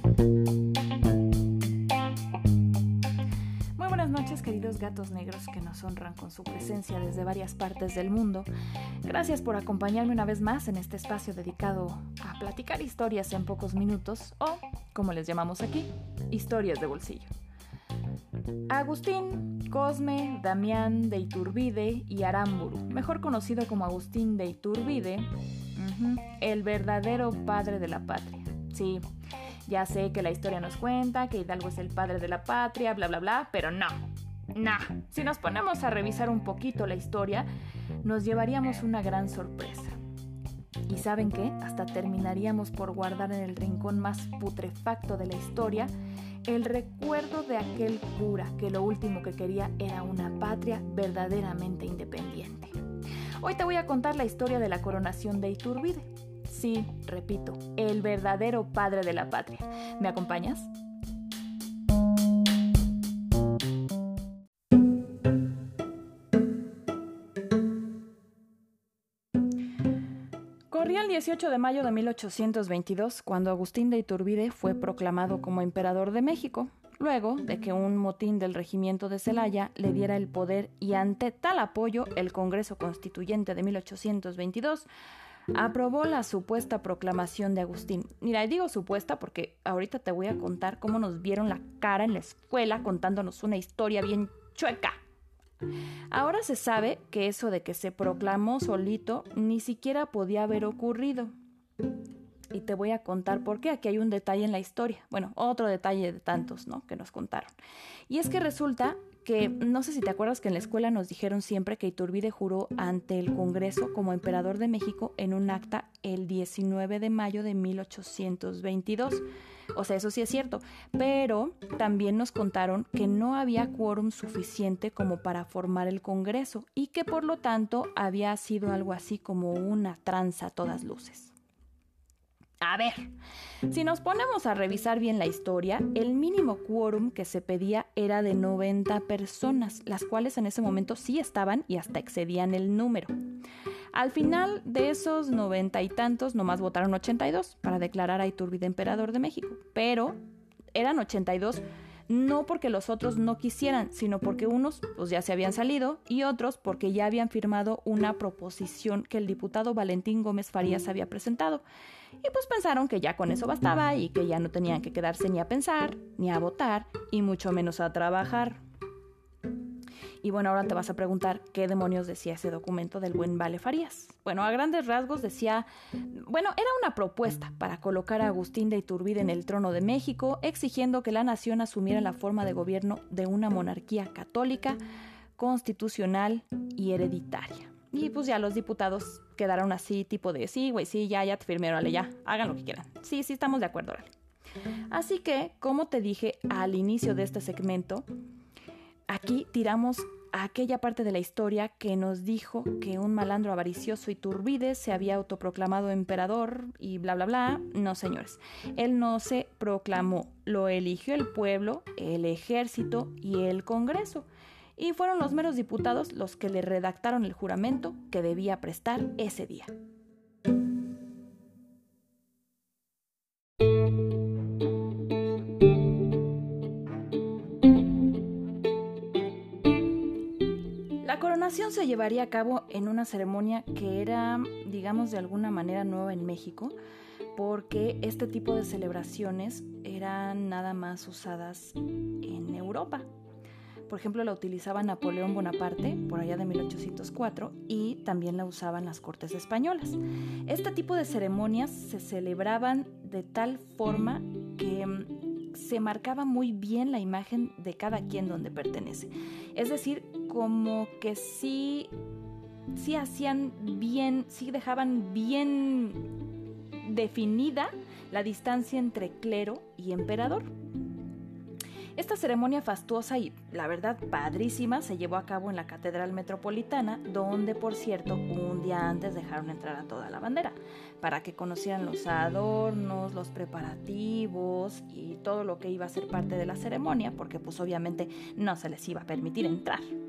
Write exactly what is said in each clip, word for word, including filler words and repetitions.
Muy buenas noches, queridos gatos negros que nos honran con su presencia desde varias partes del mundo. Gracias por acompañarme una vez más en este espacio dedicado a platicar historias en pocos minutos o, como les llamamos aquí, historias de bolsillo. Agustín Cosme Damián de Iturbide y Aramburu, mejor conocido como Agustín de Iturbide, uh-huh, el verdadero padre de la patria. Sí, ya sé que la historia nos cuenta que Hidalgo es el padre de la patria, bla bla bla, pero no, no. Si nos ponemos a revisar un poquito la historia, nos llevaríamos una gran sorpresa. ¿Y saben qué? Hasta terminaríamos por guardar en el rincón más putrefacto de la historia el recuerdo de aquel cura que lo último que quería era una patria verdaderamente independiente. Hoy te voy a contar la historia de la coronación de Iturbide. Sí, repito, el verdadero padre de la patria. ¿Me acompañas? Corría el dieciocho de mayo de mil ochocientos veintidós cuando Agustín de Iturbide fue proclamado como emperador de México, luego de que un motín del regimiento de Celaya le diera el poder y ante tal apoyo el Congreso Constituyente de mil ochocientos veintidós aprobó la supuesta proclamación de Agustín. Mira, digo supuesta porque ahorita te voy a contar cómo nos vieron la cara en la escuela contándonos una historia bien chueca. Ahora se sabe que eso de que se proclamó solito ni siquiera podía haber ocurrido. Y te voy a contar por qué. Aquí hay un detalle en la historia. Bueno, otro detalle de tantos, ¿no?, que nos contaron. Y es que resulta que, no sé si te acuerdas que en la escuela nos dijeron siempre que Iturbide juró ante el Congreso como emperador de México en un acta el diecinueve de mayo de mil ochocientos veintidós. O sea, eso sí es cierto, pero también nos contaron que no había quórum suficiente como para formar el Congreso y que por lo tanto había sido algo así como una tranza a todas luces. A ver, si nos ponemos a revisar bien la historia, el mínimo quórum que se pedía era de noventa personas, las cuales en ese momento sí estaban y hasta excedían el número. Al final de esos noventa y tantos, nomás votaron ochenta y dos para declarar a Iturbide emperador de México. Pero eran ochenta y dos no porque los otros no quisieran, sino porque unos pues ya se habían salido y otros porque ya habían firmado una proposición que el diputado Valentín Gómez Farías había presentado. Y pues pensaron que ya con eso bastaba y que ya no tenían que quedarse ni a pensar, ni a votar, y mucho menos a trabajar. Y bueno, ahora te vas a preguntar qué demonios decía ese documento del buen Vale Farías. Bueno, a grandes rasgos decía, bueno, era una propuesta para colocar a Agustín de Iturbide en el trono de México, exigiendo que la nación asumiera la forma de gobierno de una monarquía católica, constitucional y hereditaria. Y pues ya los diputados quedaron así, tipo de, sí, güey, sí, ya, ya te firmé, órale, ya, hagan lo que quieran. Sí, sí, estamos de acuerdo, órale. Así que, como te dije al inicio de este segmento, aquí tiramos a aquella parte de la historia que nos dijo que un malandro avaricioso Iturbide se había autoproclamado emperador y bla, bla, bla. No, señores, él no se proclamó, lo eligió el pueblo, el ejército y el Congreso. Y fueron los meros diputados los que le redactaron el juramento que debía prestar ese día. La coronación se llevaría a cabo en una ceremonia que era, digamos, de alguna manera nueva en México, porque este tipo de celebraciones eran nada más usadas en Europa. Por ejemplo, la utilizaba Napoleón Bonaparte, por allá de mil ochocientos cuatro, y también la usaban las cortes españolas. Este tipo de ceremonias se celebraban de tal forma que se marcaba muy bien la imagen de cada quien donde pertenece. Es decir, como que sí, sí hacían bien, sí dejaban bien definida la distancia entre clero y emperador. Esta ceremonia fastuosa y, la verdad, padrísima se llevó a cabo en la Catedral Metropolitana, donde, por cierto, un día antes dejaron entrar a toda la bandera, para que conocieran los adornos, los preparativos y todo lo que iba a ser parte de la ceremonia, porque pues obviamente no se les iba a permitir entrar.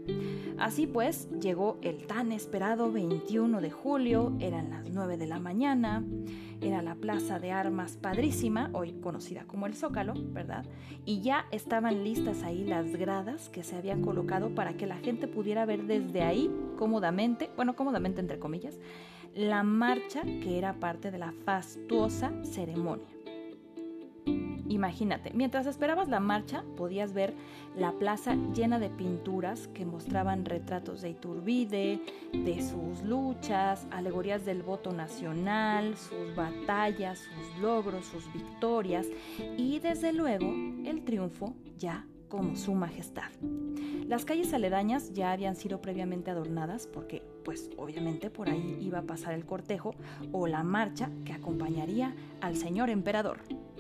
Así pues, llegó el tan esperado veintiuno de julio, eran las nueve de la mañana, era la Plaza de Armas Padrísima, hoy conocida como el Zócalo, ¿verdad? Y ya estaban listas ahí las gradas que se habían colocado para que la gente pudiera ver desde ahí cómodamente, bueno, cómodamente entre comillas, la marcha que era parte de la fastuosa ceremonia. Imagínate, mientras esperabas la marcha, podías ver la plaza llena de pinturas que mostraban retratos de Iturbide, de sus luchas, alegorías del voto nacional, sus batallas, sus logros, sus victorias y, desde luego, el triunfo ya como su majestad. Las calles aledañas ya habían sido previamente adornadas porque, pues, obviamente por ahí iba a pasar el cortejo o la marcha que acompañaría al señor emperador.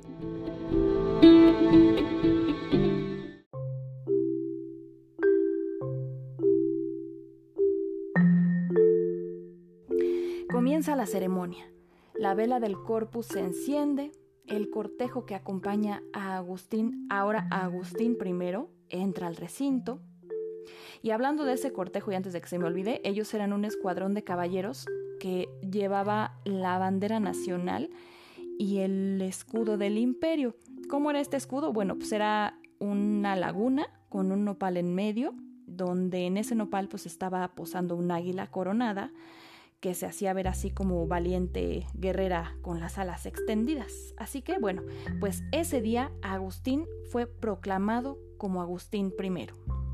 Comienza la ceremonia. La vela del Corpus se enciende, el cortejo que acompaña a Agustín, ahora a Agustín primero, entra al recinto. Y hablando de ese cortejo, y antes de que se me olvide, ellos eran un escuadrón de caballeros que llevaba la bandera nacional y el escudo del imperio. ¿Cómo era este escudo? Bueno, pues era una laguna con un nopal en medio, donde en ese nopal pues estaba posando un águila coronada que se hacía ver así como valiente guerrera con las alas extendidas. Así que bueno, pues ese día Agustín fue proclamado como Agustín primero.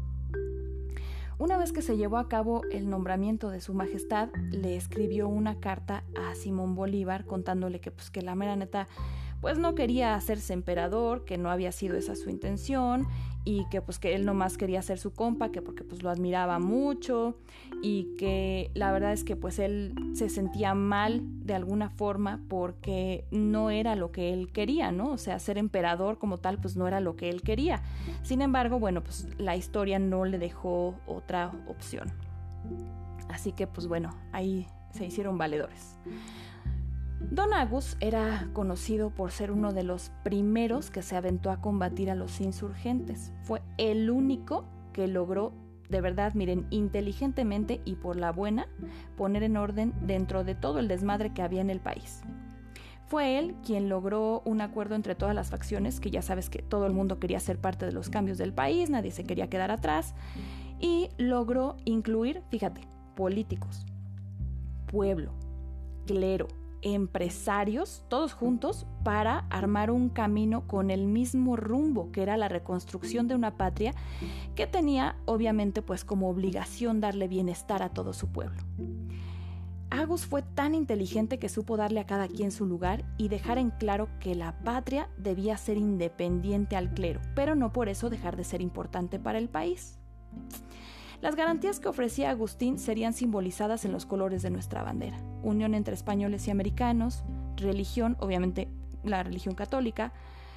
Una vez que se llevó a cabo el nombramiento de su majestad, le escribió una carta a Simón Bolívar contándole que, pues, que la mera neta pues no quería hacerse emperador, que no había sido esa su intención y que pues que él nomás quería ser su compa, que porque pues lo admiraba mucho y que la verdad es que pues él se sentía mal de alguna forma porque no era lo que él quería, ¿no? O sea, ser emperador como tal pues no era lo que él quería. Sin embargo, bueno, pues la historia no le dejó otra opción. Así que pues bueno, ahí se hicieron valedores. Don Agus era conocido por ser uno de los primeros que se aventó a combatir a los insurgentes. Fue el único que logró, de verdad, miren, inteligentemente y por la buena, poner en orden dentro de todo el desmadre que había en el país. Fue él quien logró un acuerdo entre todas las facciones, que ya sabes que todo el mundo quería ser parte de los cambios del país, nadie se quería quedar atrás, y logró incluir, fíjate, políticos, pueblo, clero, empresarios, todos juntos para armar un camino con el mismo rumbo que era la reconstrucción de una patria que tenía obviamente pues como obligación darle bienestar a todo su pueblo. Agus fue tan inteligente que supo darle a cada quien su lugar y dejar en claro que la patria debía ser independiente al clero, pero no por eso dejar de ser importante para el país. Las garantías que ofrecía Agustín serían simbolizadas en los colores de nuestra bandera: unión entre españoles y americanos, religión, obviamente la religión católica,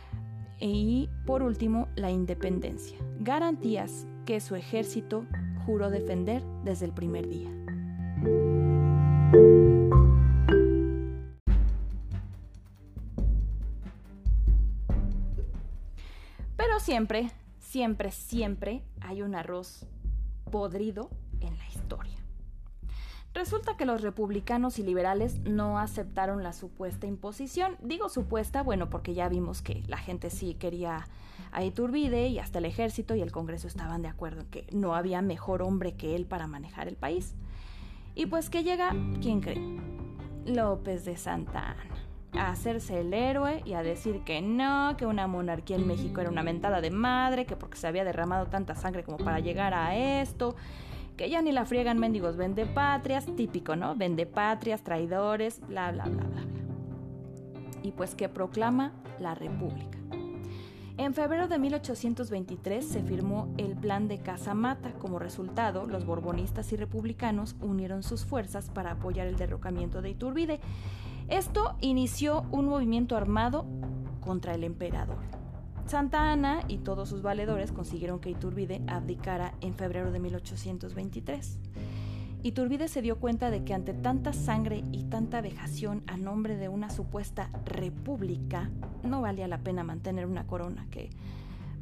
y por último la independencia, garantías que su ejército juró defender desde el primer día. Pero siempre, siempre, siempre hay un arroz podrido en la historia. Resulta que los republicanos y liberales no aceptaron la supuesta imposición. Digo supuesta, bueno, porque ya vimos que la gente sí quería a Iturbide y hasta el ejército y el Congreso estaban de acuerdo en que no había mejor hombre que él para manejar el país. Y pues que llega, ¿quién cree? López de Santa Anna, a hacerse el héroe y a decir que no, que una monarquía en México era una mentada de madre, que porque se había derramado tanta sangre como para llegar a esto, que ya ni la friegan mendigos vendepatrias, típico, ¿no? Vendepatrias, traidores, bla, bla, bla, bla, bla. Y pues que proclama la República. En febrero de mil ochocientos veintitrés se firmó el Plan de Casamata. Como resultado, los borbonistas y republicanos unieron sus fuerzas para apoyar el derrocamiento de Iturbide. Esto inició un movimiento armado contra el emperador. Santa Anna y todos sus valedores consiguieron que Iturbide abdicara en febrero de mil ochocientos veintitrés. Iturbide se dio cuenta de que ante tanta sangre y tanta vejación a nombre de una supuesta república, no valía la pena mantener una corona que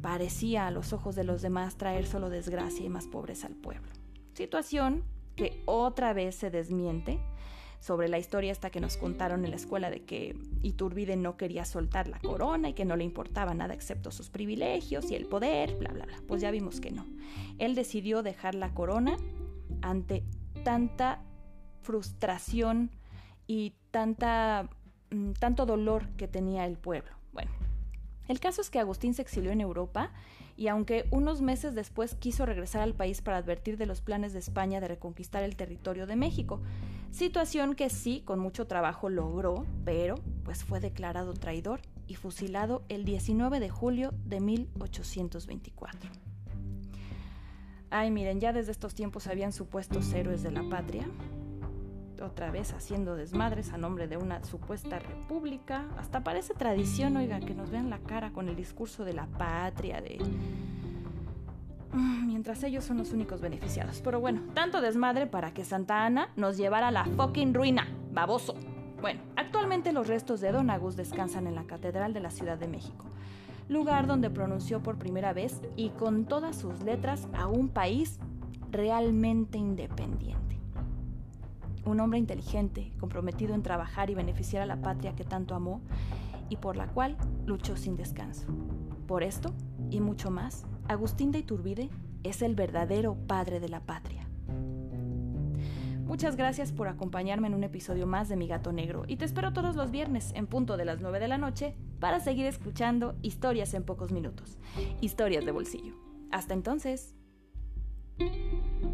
parecía a los ojos de los demás traer solo desgracia y más pobreza al pueblo. Situación que otra vez se desmiente sobre la historia esta que nos contaron en la escuela de que Iturbide no quería soltar la corona y que no le importaba nada excepto sus privilegios y el poder, bla, bla, bla. Pues ya vimos que no. Él decidió dejar la corona ante tanta frustración y tanta, tanto dolor que tenía el pueblo. Bueno, el caso es que Agustín se exilió en Europa y aunque unos meses después quiso regresar al país para advertir de los planes de España de reconquistar el territorio de México, situación que sí, con mucho trabajo logró, pero pues fue declarado traidor y fusilado el diecinueve de julio de mil ochocientos veinticuatro. Ay, miren, ya desde estos tiempos habían supuestos héroes de la patria, otra vez haciendo desmadres a nombre de una supuesta república. Hasta parece tradición, oigan, que nos vean la cara con el discurso de la patria, de... mientras ellos son los únicos beneficiados. Pero bueno, tanto desmadre para que Santa Anna nos llevara a la fucking ruina, baboso. Bueno, actualmente los restos de Don Agus descansan en la Catedral de la Ciudad de México, lugar donde pronunció por primera vez y con todas sus letras a un país realmente independiente. Un hombre inteligente, comprometido en trabajar y beneficiar a la patria que tanto amó y por la cual luchó sin descanso. Por esto, y mucho más, Agustín de Iturbide es el verdadero padre de la patria. Muchas gracias por acompañarme en un episodio más de Mi Gato Negro y te espero todos los viernes en punto de las nueve de la noche para seguir escuchando historias en pocos minutos, historias de bolsillo. Hasta entonces.